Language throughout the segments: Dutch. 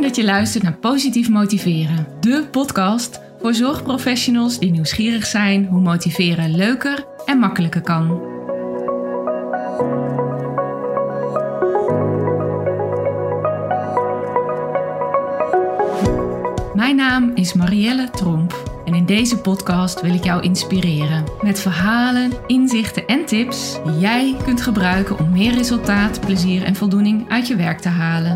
Fijn dat je luistert naar Positief Motiveren, de podcast voor zorgprofessionals die nieuwsgierig zijn hoe motiveren leuker en makkelijker kan. Mijn naam is Marielle Tromp en in deze podcast wil ik jou inspireren met verhalen, inzichten en tips die jij kunt gebruiken om meer resultaat, plezier en voldoening uit je werk te halen.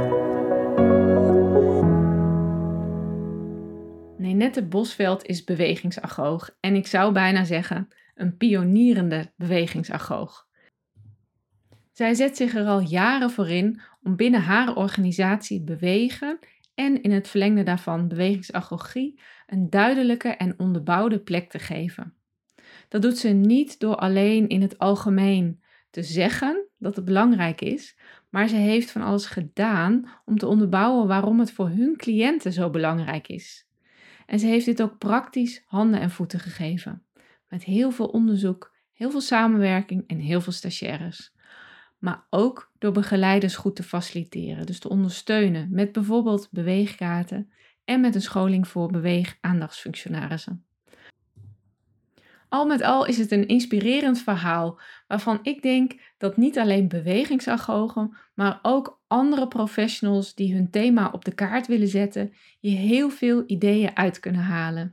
Ninette Bosveld is bewegingsagoog en ik zou bijna zeggen een pionierende bewegingsagoog. Zij zet zich er al jaren voor in om binnen haar organisatie bewegen en in het verlengde daarvan bewegingsagogie een duidelijke en onderbouwde plek te geven. Dat doet ze niet door alleen in het algemeen te zeggen dat het belangrijk is, maar ze heeft van alles gedaan om te onderbouwen waarom het voor hun cliënten zo belangrijk is. En ze heeft dit ook praktisch handen en voeten gegeven. Met heel veel onderzoek, heel veel samenwerking en heel veel stagiaires. Maar ook door begeleiders goed te faciliteren. Dus te ondersteunen met bijvoorbeeld beweegkaarten en met een scholing voor beweeg-aandachtsfunctionarissen. Al met al is het een inspirerend verhaal waarvan ik denk dat niet alleen bewegingsagogen, maar ook andere professionals die hun thema op de kaart willen zetten, hier heel veel ideeën uit kunnen halen.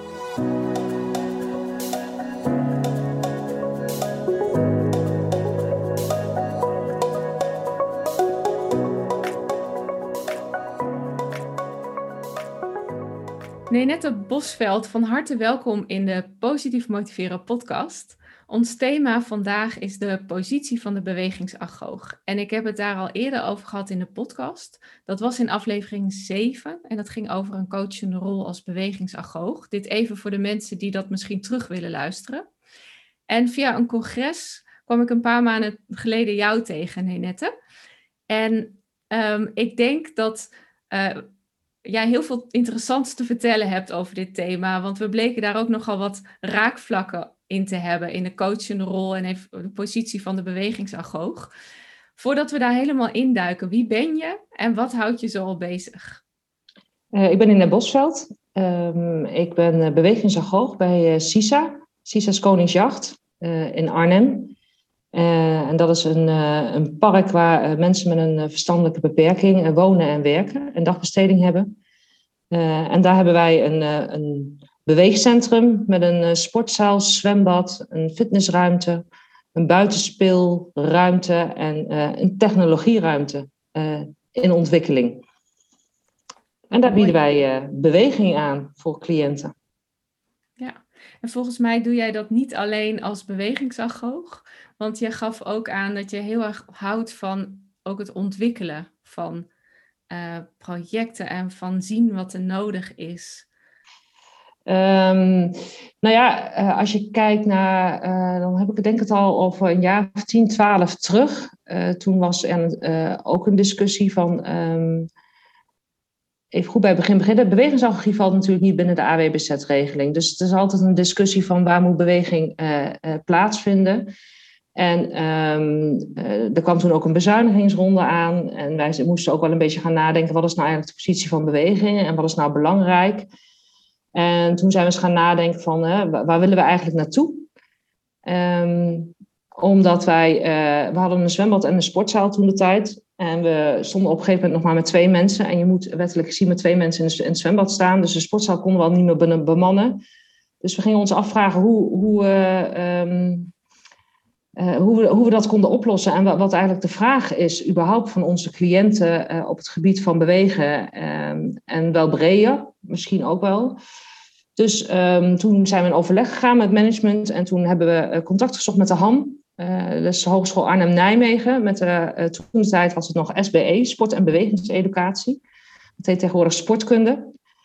Ninette Bosveld, van harte welkom in de Positief Motiveren podcast. Ons thema vandaag is de positie van de bewegingsagoog. En ik heb het daar al eerder over gehad in de podcast. Dat was in aflevering 7 en dat ging over een coachende rol als bewegingsagoog. Dit even voor de mensen die dat misschien terug willen luisteren. En via een congres kwam ik een paar maanden geleden jou tegen, Ninette. En ik denk dat jij heel veel interessants te vertellen hebt over dit thema. Want we bleken daar ook nogal wat raakvlakken in te hebben in de coachende rol en de positie van de bewegingsagoog. Voordat we daar helemaal induiken, wie ben je en wat houdt je zo al bezig? Ik ben Ninette Bosveld. Ik ben bewegingsagoog bij CISA. CISA's Koningsjacht in Arnhem. En dat is een park waar mensen met een verstandelijke beperking wonen en werken. Een dagbesteding hebben. En daar hebben wij een beweegcentrum met een sportzaal, zwembad, een fitnessruimte, een buitenspeelruimte en een technologieruimte in ontwikkeling. En daar bieden wij beweging aan voor cliënten. Ja, en volgens mij doe jij dat niet alleen als bewegingsagoog, want je gaf ook aan dat je heel erg houdt van ook het ontwikkelen van projecten en van zien wat er nodig is. Als je kijkt naar, dan heb ik het denk ik al over een jaar of 10, 12 terug. Toen was er ook een discussie van, even goed bij het begin. De bewegingsagogie valt natuurlijk niet binnen de AWBZ-regeling. Dus het is altijd een discussie van waar moet beweging plaatsvinden. En er kwam toen ook een bezuinigingsronde aan. En wij moesten ook wel een beetje gaan nadenken, wat is nou eigenlijk de positie van beweging en wat is nou belangrijk? En toen zijn we eens gaan nadenken van, waar willen we eigenlijk naartoe? Omdat we hadden een zwembad en een sportzaal toen de tijd. En we stonden op een gegeven moment nog maar met 2 mensen. En je moet wettelijk gezien met 2 mensen in het zwembad staan. Dus de sportzaal konden we al niet meer bemannen. Dus we gingen ons afvragen hoe we dat konden oplossen. En wat eigenlijk de vraag is überhaupt van onze cliënten op het gebied van bewegen. En wel breder, misschien ook wel. Dus toen zijn we in overleg gegaan met management. En toen hebben we contact gezocht met de HAM. Dat is de Hogeschool Arnhem-Nijmegen. Toen de tijd was het nog SBE, Sport- en Bewegingseducatie. Dat heet tegenwoordig sportkunde.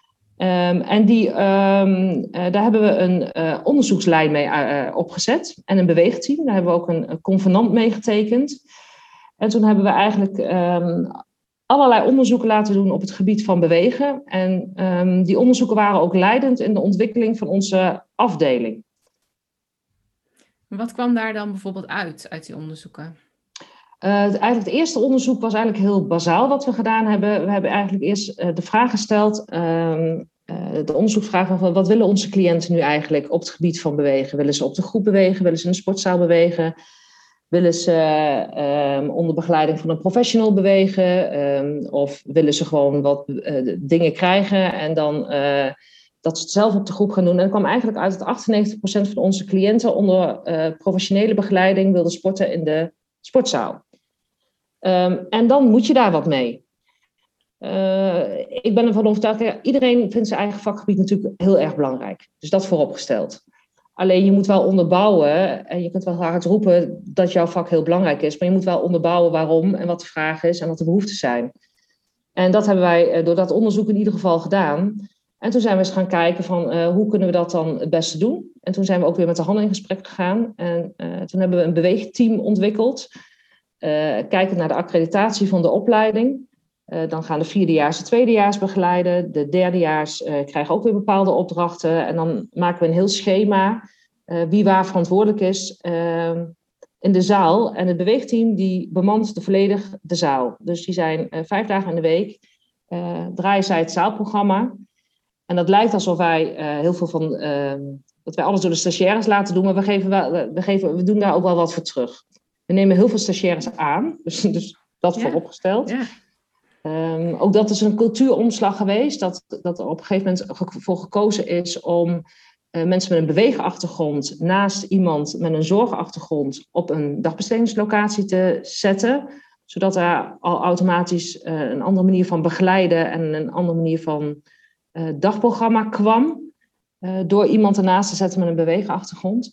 Daar hebben we een onderzoekslijn mee opgezet. En een beweegteam. Daar hebben we ook een convenant mee getekend. En toen hebben we eigenlijk allerlei onderzoeken laten doen op het gebied van bewegen. En die onderzoeken waren ook leidend in de ontwikkeling van onze afdeling. Wat kwam daar dan bijvoorbeeld uit die onderzoeken? Eigenlijk het eerste onderzoek was eigenlijk heel bazaal wat we gedaan hebben. We hebben eigenlijk eerst de vraag gesteld, de onderzoeksvraag van wat willen onze cliënten nu eigenlijk op het gebied van bewegen? Willen ze op de groep bewegen? Willen ze in de sportzaal bewegen? Willen ze onder begeleiding van een professional bewegen? Of willen ze gewoon wat dingen krijgen en dan dat ze het zelf op de groep gaan doen? En dat kwam eigenlijk uit dat 98% van onze cliënten onder professionele begeleiding wilden sporten in de sportzaal. En dan moet je daar wat mee. Ik ben ervan overtuigd, iedereen vindt zijn eigen vakgebied natuurlijk heel erg belangrijk. Dus dat vooropgesteld. Alleen je moet wel onderbouwen, en je kunt wel hard roepen dat jouw vak heel belangrijk is, maar je moet wel onderbouwen waarom en wat de vraag is en wat de behoeften zijn. En dat hebben wij door dat onderzoek in ieder geval gedaan. En toen zijn we eens gaan kijken van hoe kunnen we dat dan het beste doen. En toen zijn we ook weer met de handen in gesprek gegaan. En toen hebben we een beweegteam ontwikkeld. Kijkend naar de accreditatie van de opleiding. Dan gaan de vierdejaars de tweedejaars begeleiden. De derdejaars krijgen ook weer bepaalde opdrachten. En dan maken we een heel schema wie waar verantwoordelijk is in de zaal. En het beweegteam die bemant volledig de zaal. Dus die zijn 5 dagen in de week. Draaien zij het zaalprogramma. En dat lijkt alsof wij heel veel van... dat wij alles door de stagiaires laten doen. Maar we doen daar ook wel wat voor terug. We nemen heel veel stagiaires aan. Dus dat vooropgesteld. Ja. Ook dat is een cultuuromslag geweest. Dat er op een gegeven moment voor gekozen is om mensen met een beweegachtergrond naast iemand met een zorgachtergrond op een dagbestedingslocatie te zetten. Zodat er al automatisch een andere manier van begeleiden en een andere manier van dagprogramma kwam. Door iemand ernaast te zetten met een beweegachtergrond.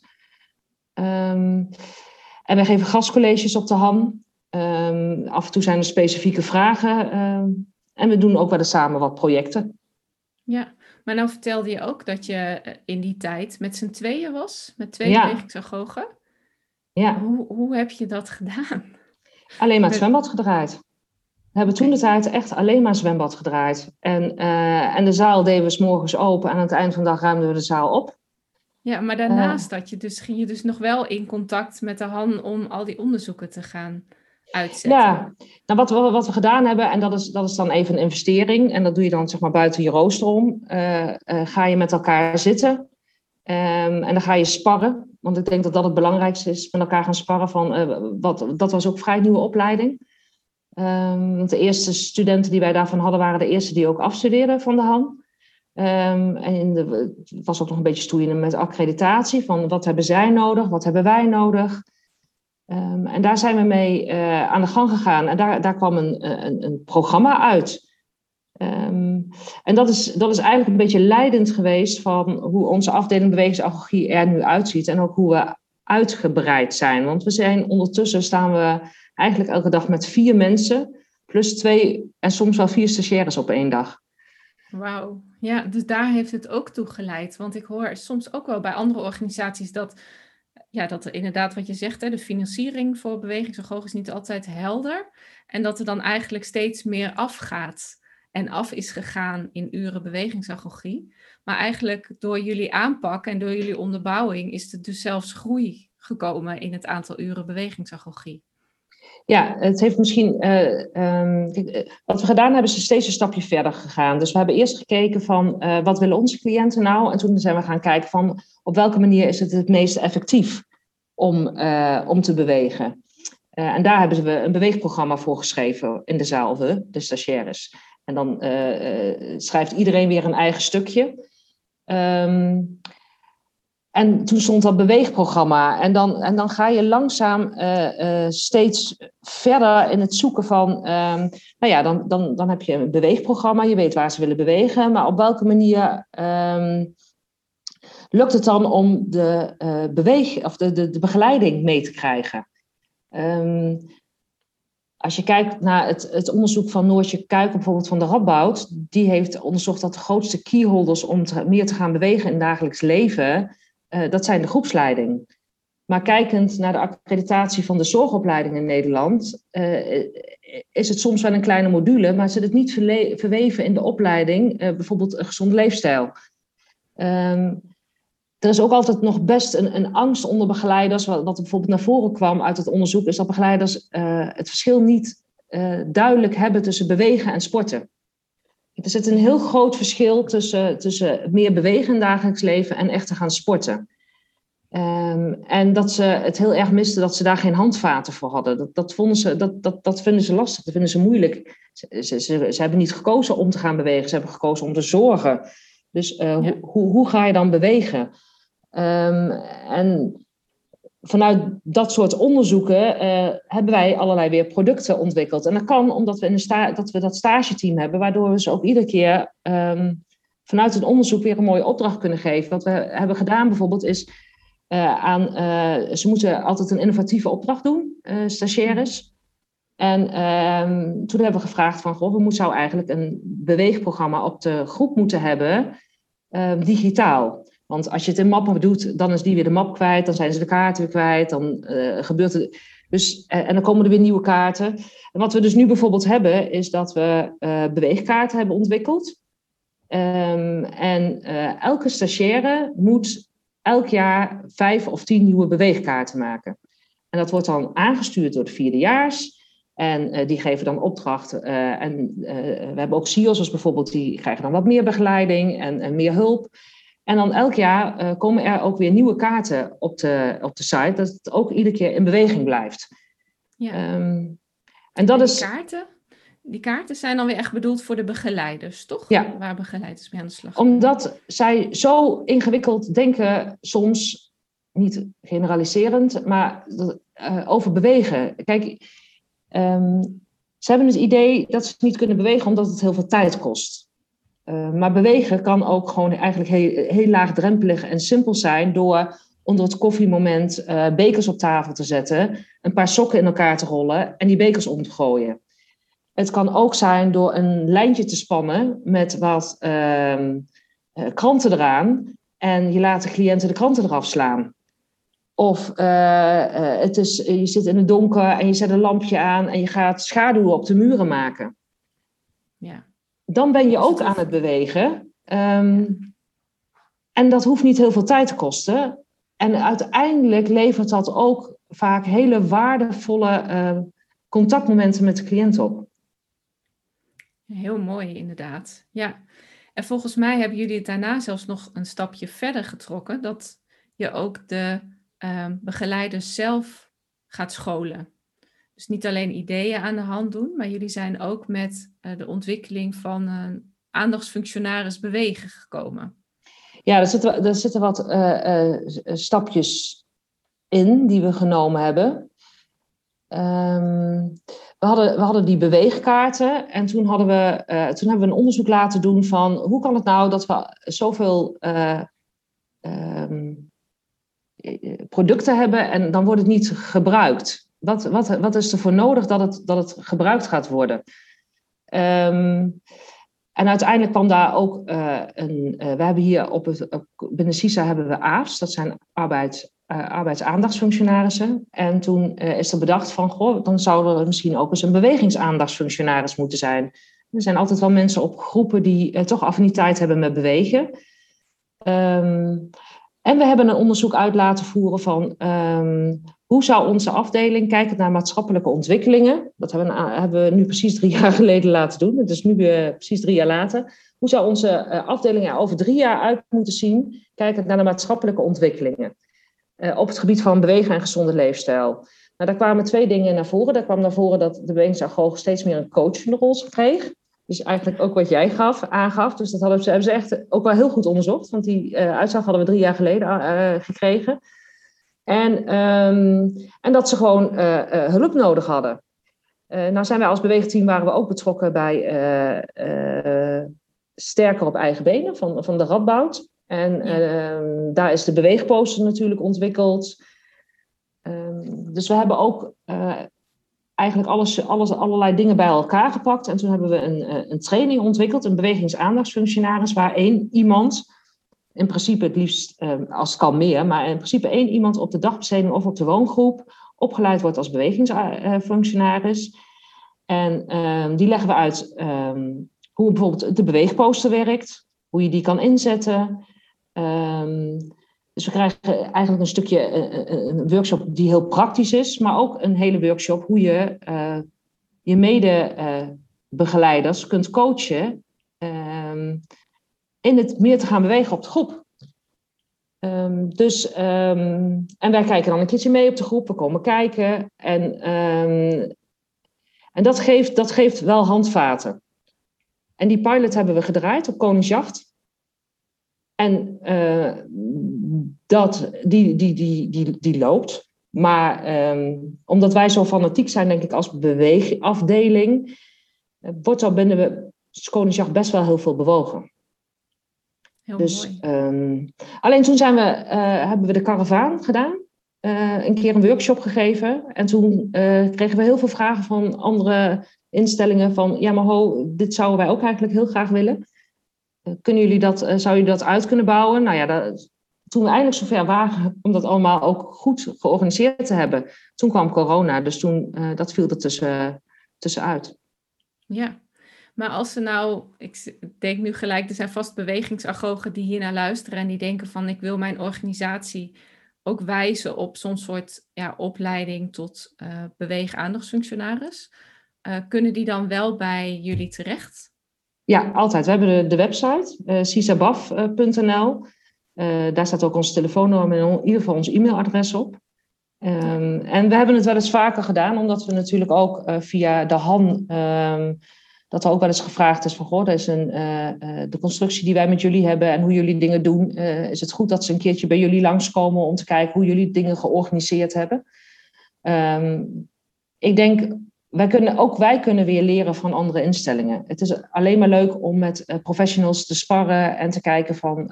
En wij geven gastcolleges op de HAN. Af en toe zijn er specifieke vragen. En we doen ook wel eens samen wat projecten. Ja, maar nou vertelde je ook dat je in die tijd met z'n tweeën was. Met 2 bewegingsagogen. Ja. Hoe heb je dat gedaan? Alleen maar het zwembad gedraaid. We hebben toen de tijd echt alleen maar zwembad gedraaid. En de zaal deden we 's morgens open. En aan het eind van de dag ruimden we de zaal op. Ja, maar daarnaast ging je dus nog wel in contact met de HAN om al die onderzoeken te gaan uitzetten. Ja, nou wat we gedaan hebben, en dat is dan even een investering. En dat doe je dan zeg maar buiten je rooster om. Ga je met elkaar zitten. En dan ga je sparren. Want ik denk dat dat het belangrijkste is. Met elkaar gaan sparren van, dat was ook vrij nieuwe opleiding. Want de eerste studenten die wij daarvan hadden, waren de eerste die ook afstudeerden van de HAN. En het was ook nog een beetje stoeien met accreditatie. Van wat hebben zij nodig, wat hebben wij nodig. En daar zijn we mee aan de gang gegaan. En daar kwam een programma uit. En dat is eigenlijk een beetje leidend geweest van hoe onze afdeling bewegingsagogie er nu uitziet. En ook hoe we uitgebreid zijn. Want ondertussen staan we eigenlijk elke dag met 4 mensen. Plus 2 en soms wel 4 stagiaires op 1 dag. Wauw. Ja, dus daar heeft het ook toe geleid. Want ik hoor soms ook wel bij andere organisaties dat er inderdaad wat je zegt, de financiering voor bewegingsagoog is niet altijd helder. En dat er dan eigenlijk steeds meer afgaat en af is gegaan in uren bewegingsagogie. Maar eigenlijk door jullie aanpak en door jullie onderbouwing is er dus zelfs groei gekomen in het aantal uren bewegingsagogie. Ja, het heeft misschien... wat we gedaan hebben, is steeds een stapje verder gegaan. Dus we hebben eerst gekeken van wat willen onze cliënten nou? En toen zijn we gaan kijken van op welke manier is het meest effectief om te bewegen. En daar hebben we een beweegprogramma voor geschreven in de zaal, de stagiaires. En dan schrijft iedereen weer een eigen stukje. En toen stond dat beweegprogramma. En dan ga je langzaam steeds verder in het zoeken van... Dan heb je een beweegprogramma. Je weet waar ze willen bewegen. Maar op welke manier lukt het dan om de begeleiding mee te krijgen? Als je kijkt naar het onderzoek van Noortje Kuiken, bijvoorbeeld van de Radboud... die heeft onderzocht dat de grootste keyholders om meer te gaan bewegen in het dagelijks leven... dat zijn de groepsleiding. Maar kijkend naar de accreditatie van de zorgopleiding in Nederland... is het soms wel een kleine module... maar zit het niet verweven in de opleiding... bijvoorbeeld een gezonde leefstijl. er is ook altijd nog best een angst onder begeleiders. Wat bijvoorbeeld naar voren kwam uit het onderzoek, is dat begeleiders het verschil niet duidelijk hebben tussen bewegen en sporten. Er zit een heel groot verschil tussen meer bewegen in het dagelijks leven en echt te gaan sporten. En dat ze het heel erg misten dat ze daar geen handvaten voor hadden. Dat vinden ze lastig, dat vinden ze moeilijk. Ze hebben niet gekozen om te gaan bewegen, ze hebben gekozen om te zorgen. Dus hoe ga je dan bewegen? En vanuit dat soort onderzoeken hebben wij allerlei weer producten ontwikkeld. En dat kan omdat we dat stageteam hebben, waardoor we ze ook iedere keer vanuit het onderzoek weer een mooie opdracht kunnen geven. Wat we hebben gedaan bijvoorbeeld is ze moeten altijd een innovatieve opdracht doen, stagiaires. En toen hebben we gevraagd van, we zouden eigenlijk een beweegprogramma op de groep moeten hebben, digitaal. Want als je het in mappen doet, dan is die weer de map kwijt, dan zijn ze de kaarten weer kwijt, dan gebeurt het. Dus, en dan komen er weer nieuwe kaarten. En wat we dus nu bijvoorbeeld hebben, is dat we beweegkaarten hebben ontwikkeld. Elke stagiaire moet elk jaar 5 of 10 nieuwe beweegkaarten maken. En dat wordt dan aangestuurd door de vierdejaars. En die geven dan opdrachten. We hebben ook CIO's bijvoorbeeld, die krijgen dan wat meer begeleiding en meer hulp. En dan elk jaar komen er ook weer nieuwe kaarten op de site, dat het ook iedere keer in beweging blijft. Ja. En dat is... Die kaarten zijn dan weer echt bedoeld voor de begeleiders, toch? Ja. Waar begeleiders mee aan de slag gaan. Omdat zij zo ingewikkeld denken, soms niet generaliserend, maar over bewegen. Kijk, ze hebben het idee dat ze niet kunnen bewegen omdat het heel veel tijd kost. Maar bewegen kan ook gewoon eigenlijk heel laagdrempelig en simpel zijn door onder het koffiemoment bekers op tafel te zetten, een paar sokken in elkaar te rollen en die bekers om te gooien. Het kan ook zijn door een lijntje te spannen met wat kranten eraan en je laat de cliënten de kranten eraf slaan. Of je zit in het donker en je zet een lampje aan en je gaat schaduwen op de muren maken. Ja. Dan ben je ook aan het bewegen. En dat hoeft niet heel veel tijd te kosten. En uiteindelijk levert dat ook vaak hele waardevolle contactmomenten met de cliënt op. Heel mooi, inderdaad. Ja. En volgens mij hebben jullie het daarna zelfs nog een stapje verder getrokken. Dat je ook de begeleiders zelf gaat scholen. Dus niet alleen ideeën aan de hand doen, maar jullie zijn ook met de ontwikkeling van aandachtsfunctionaris bewegen gekomen. Ja, er zitten wat stapjes in die we genomen hebben. We hadden die beweegkaarten en toen hebben we een onderzoek laten doen van hoe kan het nou dat we zoveel producten hebben en dan wordt het niet gebruikt. Wat is er voor nodig dat het gebruikt gaat worden? En uiteindelijk kwam daar ook we hebben hier binnen CISA hebben we AAF's, dat zijn arbeidsaandachtsfunctionarissen. En toen is er bedacht van, dan zou er misschien ook eens een bewegingsaandachtsfunctionaris moeten zijn. Er zijn altijd wel mensen op groepen die toch affiniteit hebben met bewegen. En we hebben een onderzoek uit laten voeren van hoe zou onze afdeling, kijkend naar maatschappelijke ontwikkelingen, dat hebben we nu precies 3 jaar geleden laten doen, het is nu precies 3 jaar later, hoe zou onze afdeling er over 3 jaar uit moeten zien, kijkend naar de maatschappelijke ontwikkelingen op het gebied van bewegen en gezonde leefstijl. Nou, daar kwamen 2 dingen naar voren. Daar kwam naar voren dat de bewegingsagoog steeds meer een coachende rol kreeg. Dus eigenlijk ook wat jij aangaf. Dus dat hebben ze echt ook wel heel goed onderzocht. Want die uitslag hadden we 3 jaar geleden gekregen. En dat ze gewoon hulp nodig hadden. Nou zijn wij als beweegteam waren we ook betrokken bij Sterker op eigen benen van de Radboud. En daar is de beweegposter natuurlijk ontwikkeld. Dus we hebben ook eigenlijk allerlei dingen bij elkaar gepakt. En toen hebben we een training ontwikkeld, een bewegingsaandachtsfunctionaris, waar 1 iemand, in principe het liefst als het kan meer, maar in principe 1 iemand op de dagbesteding of op de woongroep opgeleid wordt als bewegingsfunctionaris. En die leggen we uit hoe bijvoorbeeld de beweegposter werkt, hoe je die kan inzetten. Dus we krijgen eigenlijk een stukje een workshop die heel praktisch is, maar ook een hele workshop hoe je je medebegeleiders kunt coachen in het meer te gaan bewegen op de groep. En wij kijken dan een keertje mee op de groep, we komen kijken en dat geeft wel handvaten. En die pilot hebben we gedraaid op Koningsjacht. En die loopt. Maar omdat wij zo fanatiek zijn, denk ik, als beweegafdeling, wordt er binnen Koningsjacht best wel heel veel bewogen. Heel mooi. Alleen toen hebben we de karavaan gedaan. Een keer een workshop gegeven. En toen kregen we heel veel vragen van andere instellingen van, ja maar dit zouden wij ook eigenlijk heel graag willen. Zou je dat uit kunnen bouwen? Nou ja, toen we eindelijk zover waren om dat allemaal ook goed georganiseerd te hebben, toen kwam corona. Dus toen, dat viel er tussenuit. Ja, maar als ik denk nu gelijk, er zijn vast bewegingsagogen die hiernaar luisteren en die denken van, ik wil mijn organisatie ook wijzen op zo'n soort opleiding tot beweeg-aandachtsfunctionaris. Kunnen die dan wel bij jullie terecht? Ja, altijd. We hebben de website, sisabaf.nl. Daar staat ook ons telefoonnummer en in ieder geval ons e-mailadres op. En we hebben het wel eens vaker gedaan, omdat we natuurlijk ook via de HAN, dat er ook wel eens gevraagd is van, goh, dat is de constructie die wij met jullie hebben en hoe jullie dingen doen. Is het goed dat ze een keertje bij jullie langskomen om te kijken hoe jullie dingen georganiseerd hebben? Ik denk, wij kunnen weer leren van andere instellingen. Het is alleen maar leuk om met professionals te sparren en te kijken van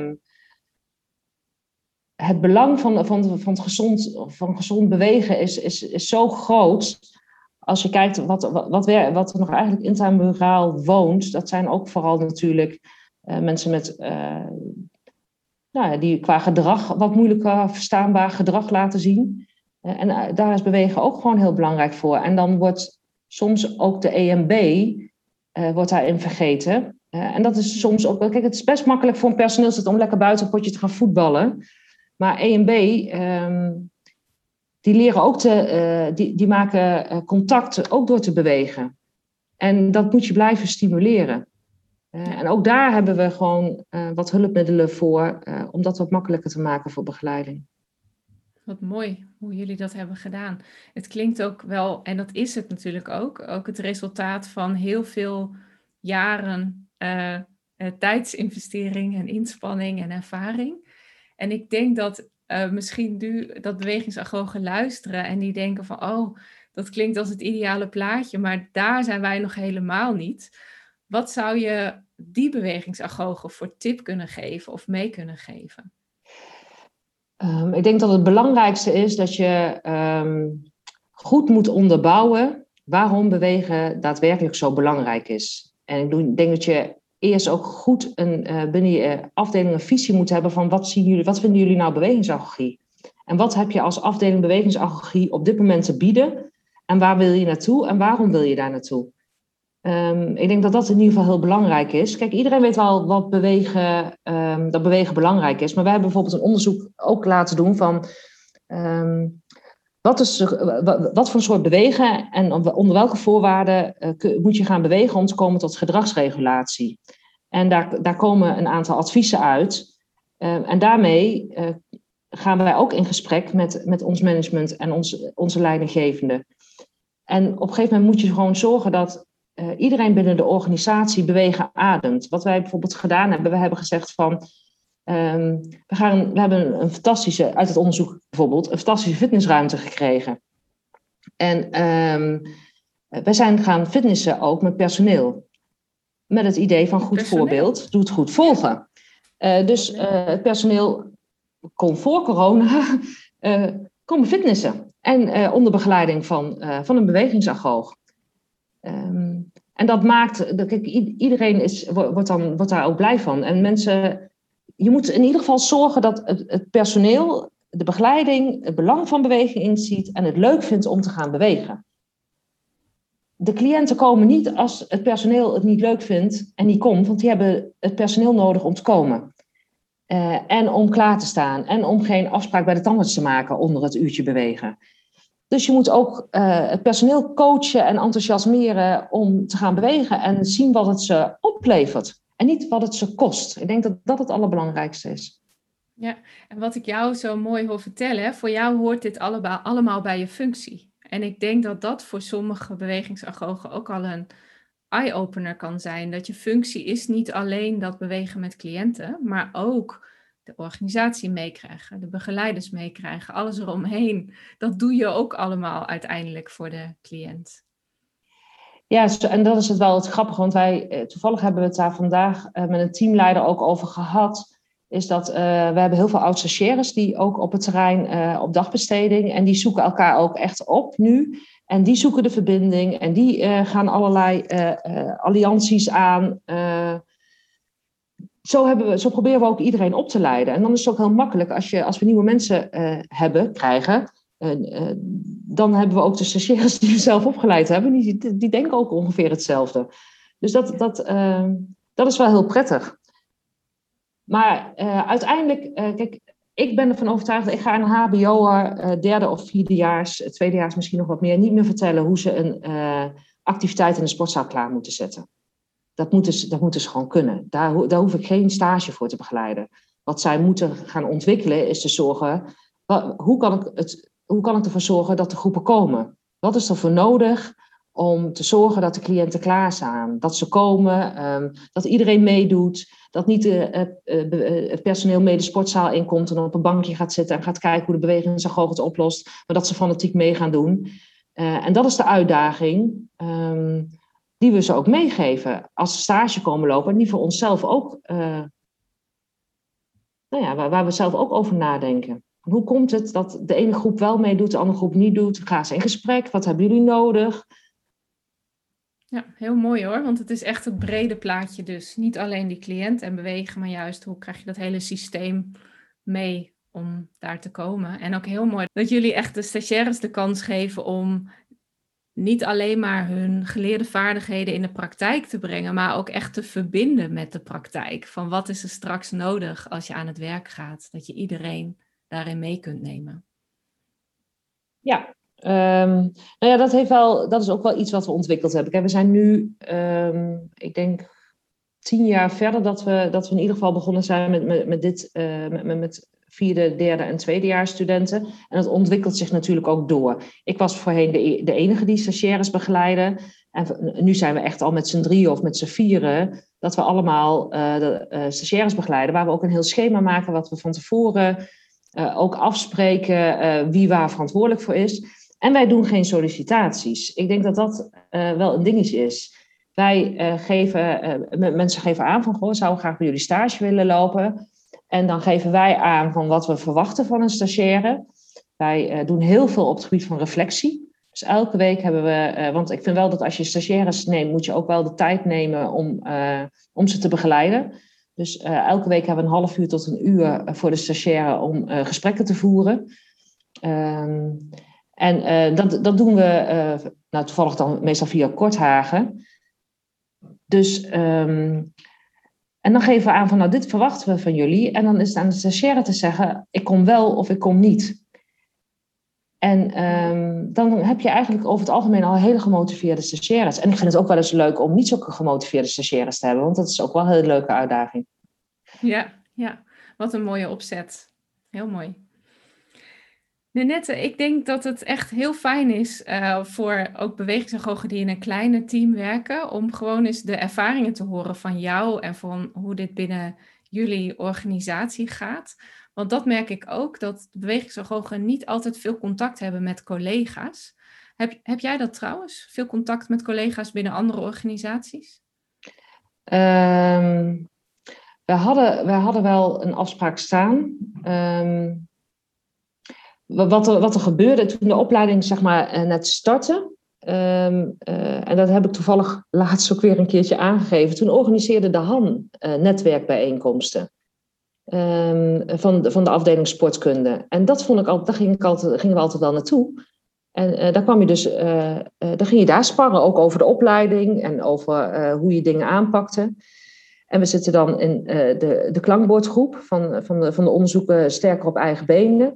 het belang van gezond bewegen is zo groot. Als je kijkt wat er nog eigenlijk intramuraal woont, dat zijn ook vooral natuurlijk mensen met die qua gedrag wat moeilijker verstaanbaar gedrag laten zien. En daar is bewegen ook gewoon heel belangrijk voor. En dan wordt soms ook de EMB wordt daarin vergeten. En dat is soms ook... Kijk, het is best makkelijk voor een personeelslid om lekker buiten een potje te gaan voetballen. Maar EMB, die leren ook die maken contact ook door te bewegen. En dat moet je blijven stimuleren. En ook daar hebben we gewoon wat hulpmiddelen voor, om dat wat makkelijker te maken voor begeleiding. Wat mooi hoe jullie dat hebben gedaan. Het klinkt ook wel, en dat is het natuurlijk ook het resultaat van heel veel jaren tijdsinvestering en inspanning en ervaring. En ik denk dat misschien nu dat bewegingsagogen luisteren en die denken van, oh, dat klinkt als het ideale plaatje, maar daar zijn wij nog helemaal niet. Wat zou je die bewegingsagogen voor tip kunnen geven of mee kunnen geven? Ik denk dat het belangrijkste is dat je goed moet onderbouwen waarom bewegen daadwerkelijk zo belangrijk is. En ik denk dat je eerst ook goed binnen je afdeling een visie moet hebben van wat vinden jullie nou bewegingsagogie? En wat heb je als afdeling bewegingsagogie op dit moment te bieden? En waar wil je naartoe en waarom wil je daar naartoe? Ik denk dat in ieder geval heel belangrijk is. Kijk, iedereen weet wel dat bewegen belangrijk is. Maar wij hebben bijvoorbeeld een onderzoek ook laten doen van wat voor een soort bewegen en onder welke voorwaarden moet je gaan bewegen om te komen tot gedragsregulatie. En daar komen een aantal adviezen uit. En daarmee gaan wij ook in gesprek met ons management en onze leidinggevende. En op een gegeven moment moet je gewoon zorgen dat iedereen binnen de organisatie bewegen ademt. Wat wij bijvoorbeeld gedaan hebben, we hebben gezegd van we hebben een fantastische, uit het onderzoek bijvoorbeeld, een fantastische fitnessruimte gekregen. En wij zijn gaan fitnessen ook met personeel. Met het idee van goed voorbeeld, doe het goed volgen. Dus het personeel kon voor corona komen fitnessen. En onder begeleiding van een bewegingsagoog. En dat maakt, kijk, iedereen wordt daar ook blij van. En mensen, je moet in ieder geval zorgen dat het personeel, de begeleiding, het belang van beweging inziet en het leuk vindt om te gaan bewegen. De cliënten komen niet als het personeel het niet leuk vindt en niet komt, want die hebben het personeel nodig om te komen. En om klaar te staan. En om geen afspraak bij de tandarts te maken onder het uurtje bewegen. Dus je moet ook het personeel coachen en enthousiasmeren om te gaan bewegen. En zien wat het ze oplevert. En niet wat het ze kost. Ik denk dat dat het allerbelangrijkste is. Ja, en wat ik jou zo mooi hoor vertellen, voor jou hoort dit allemaal bij je functie. En ik denk dat dat voor sommige bewegingsagogen ook al een eye-opener kan zijn. Dat je functie is niet alleen dat bewegen met cliënten, maar ook de organisatie meekrijgen, de begeleiders meekrijgen, alles eromheen. Dat doe je ook allemaal uiteindelijk voor de cliënt. Ja, en dat is het wel het grappige, want toevallig hebben we het daar vandaag met een teamleider ook over gehad. Is dat we hebben heel veel oud-stagiaires die ook op het terrein op dagbesteding. En die zoeken elkaar ook echt op nu. En die zoeken de verbinding. En die gaan allerlei allianties aan. Zo proberen we ook iedereen op te leiden. En dan is het ook heel makkelijk als we nieuwe mensen krijgen. Dan hebben we ook de stagiaires die we zelf opgeleid hebben. Die denken ook ongeveer hetzelfde. Dus dat is wel heel prettig. Maar uiteindelijk, kijk, ik ben ervan overtuigd dat ik ga aan een hbo'er, derde of vierdejaars, tweedejaars misschien nog wat meer, niet meer vertellen hoe ze een activiteit in de sportzaal klaar moeten zetten. Dat moeten ze gewoon kunnen. Daar hoef ik geen stage voor te begeleiden. Wat zij moeten gaan ontwikkelen is te zorgen, hoe kan ik ervoor zorgen dat de groepen komen? Wat is er voor nodig om te zorgen dat de cliënten klaarstaan? Dat ze komen, dat iedereen meedoet, dat niet het personeel mee de sportzaal inkomt en op een bankje gaat zitten en gaat kijken hoe de bewegingsagoog het oplost, maar dat ze fanatiek mee gaan doen. En dat is de uitdaging die we ze ook meegeven als ze stage komen lopen en die voor onszelf ook, waar we zelf ook over nadenken. Hoe komt het dat de ene groep wel meedoet, de andere groep niet doet? Gaan ze in gesprek? Wat hebben jullie nodig? Ja, heel mooi hoor, want het is echt het brede plaatje dus. Niet alleen die cliënt en bewegen, maar juist hoe krijg je dat hele systeem mee om daar te komen. En ook heel mooi dat jullie echt de stagiaires de kans geven om niet alleen maar hun geleerde vaardigheden in de praktijk te brengen, maar ook echt te verbinden met de praktijk. Van wat is er straks nodig als je aan het werk gaat? Dat je iedereen daarin mee kunt nemen. Ja, dat is ook wel iets wat we ontwikkeld hebben. Kijk, we zijn nu, ik denk 10 jaar verder dat we in ieder geval begonnen zijn met vierde, derde en tweedejaars studenten. En dat ontwikkelt zich natuurlijk ook door. Ik was voorheen de enige die stagiaires begeleidde. En nu zijn we echt al met z'n drieën of met z'n vieren dat we allemaal de stagiaires begeleiden. Waar we ook een heel schema maken wat we van tevoren ook afspreken wie waar verantwoordelijk voor is. En wij doen geen sollicitaties. Ik denk dat dat wel een dingetje is. Mensen geven aan van, goh, zou graag bij jullie stage willen lopen. En dan geven wij aan van wat we verwachten van een stagiaire. Wij doen heel veel op het gebied van reflectie. Dus elke week hebben we, want ik vind wel dat als je stagiaires neemt, moet je ook wel de tijd nemen om ze te begeleiden. Dus elke week hebben we een half uur tot een uur voor de stagiaire om gesprekken te voeren. Dat doen we toevallig dan meestal via Korthagen. Dus, en dan geven we aan van, dit verwachten we van jullie. En dan is het aan de stagiaire te zeggen, ik kom wel of ik kom niet. En dan heb je eigenlijk over het algemeen al hele gemotiveerde stagiaires. En ik vind het ook wel eens leuk om niet zulke gemotiveerde stagiaires te hebben. Want dat is ook wel een hele leuke uitdaging. Ja, wat een mooie opzet. Heel mooi. Nenette, ik denk dat het echt heel fijn is voor ook bewegingsagogen die in een kleiner team werken, om gewoon eens de ervaringen te horen van jou en van hoe dit binnen jullie organisatie gaat. Want dat merk ik ook, dat bewegingsagogen niet altijd veel contact hebben met collega's. Heb jij dat trouwens? Veel contact met collega's binnen andere organisaties? We hadden wel een afspraak staan. Wat er gebeurde toen de opleiding zeg maar net startte. En dat heb ik toevallig laatst ook weer een keertje aangegeven. Toen organiseerde de Han netwerkbijeenkomsten. Van de afdeling sportkunde. En dat vond ik altijd, gingen we altijd wel naartoe. En daar kwam je dus, dan ging je daar sparren, ook over de opleiding en over hoe je dingen aanpakte. En we zitten dan in de klankbordgroep van de onderzoeken sterker op eigen benen.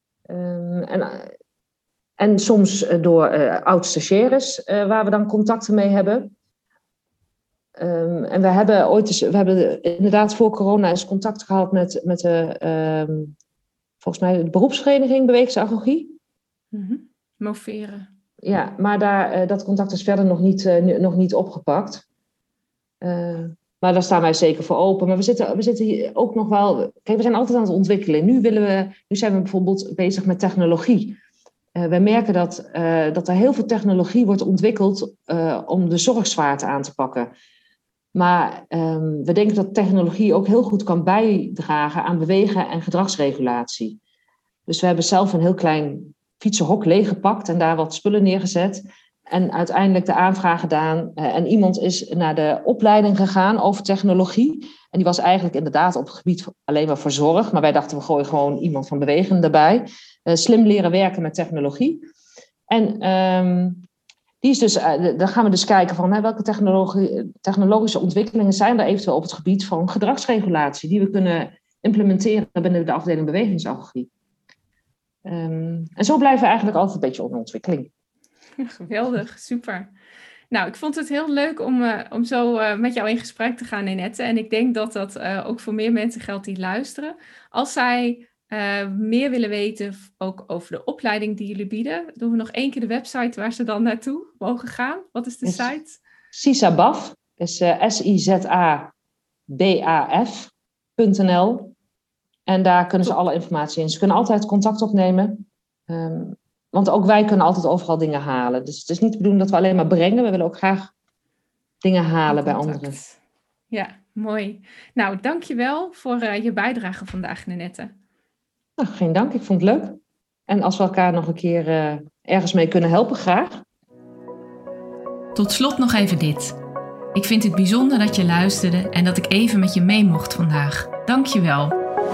En soms door oud-stagiaires waar we dan contacten mee hebben. En we hebben inderdaad voor corona eens contact gehad met volgens mij de beroepsvereniging Bewegingsagogie. Moveren. Ja, maar dat contact is verder nog niet opgepakt. Maar daar staan wij zeker voor open. Maar we zitten hier ook nog wel... Kijk, we zijn altijd aan het ontwikkelen. Nu zijn we bijvoorbeeld bezig met technologie. We merken dat er heel veel technologie wordt ontwikkeld om de zorgzwaarte aan te pakken. Maar we denken dat technologie ook heel goed kan bijdragen aan bewegen en gedragsregulatie. Dus we hebben zelf een heel klein fietsenhok leeggepakt en daar wat spullen neergezet. En uiteindelijk de aanvraag gedaan. En iemand is naar de opleiding gegaan over technologie. En die was eigenlijk inderdaad op het gebied alleen maar voor zorg. Maar wij dachten, we gooien gewoon iemand van bewegen erbij. Slim leren werken met technologie. En dan gaan we dus kijken van welke technologische ontwikkelingen zijn er eventueel op het gebied van gedragsregulatie. Die we kunnen implementeren binnen de afdeling bewegingsagogie. En zo blijven we eigenlijk altijd een beetje onder ontwikkeling. Geweldig, super. Nou, ik vond het heel leuk om zo met jou in gesprek te gaan, Ninette. En ik denk dat dat ook voor meer mensen geldt die luisteren. Als zij meer willen weten, ook over de opleiding die jullie bieden, doen we nog 1 keer de website waar ze dan naartoe mogen gaan. Wat is de site? SIZABAF, is SIZABAF.nl. En daar kunnen ze alle informatie in. Ze kunnen altijd contact opnemen. Want ook wij kunnen altijd overal dingen halen. Dus het is niet de bedoeling dat we alleen maar brengen. We willen ook graag dingen halen bij anderen. Ja, mooi. Nou, dankjewel voor je bijdrage vandaag, Ninette. Nou, geen dank. Ik vond het leuk. En als we elkaar nog een keer ergens mee kunnen helpen, graag. Tot slot nog even dit. Ik vind het bijzonder dat je luisterde en dat ik even met je mee mocht vandaag. Dankjewel.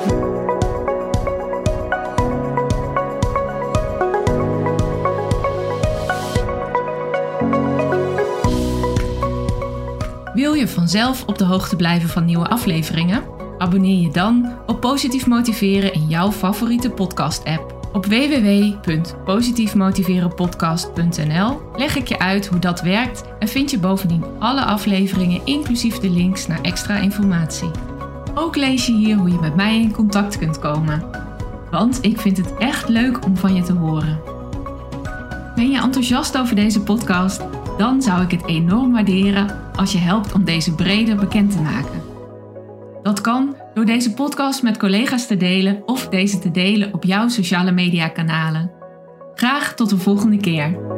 Wil je vanzelf op de hoogte blijven van nieuwe afleveringen? Abonneer je dan op Positief Motiveren in jouw favoriete podcast-app. Op www.positiefmotiverenpodcast.nl leg ik je uit hoe dat werkt en vind je bovendien alle afleveringen inclusief de links naar extra informatie. Ook lees je hier hoe je met mij in contact kunt komen. Want ik vind het echt leuk om van je te horen. Ben je enthousiast over deze podcast? Dan zou ik het enorm waarderen als je helpt om deze breder bekend te maken. Dat kan door deze podcast met collega's te delen of deze te delen op jouw sociale media kanalen. Graag tot de volgende keer.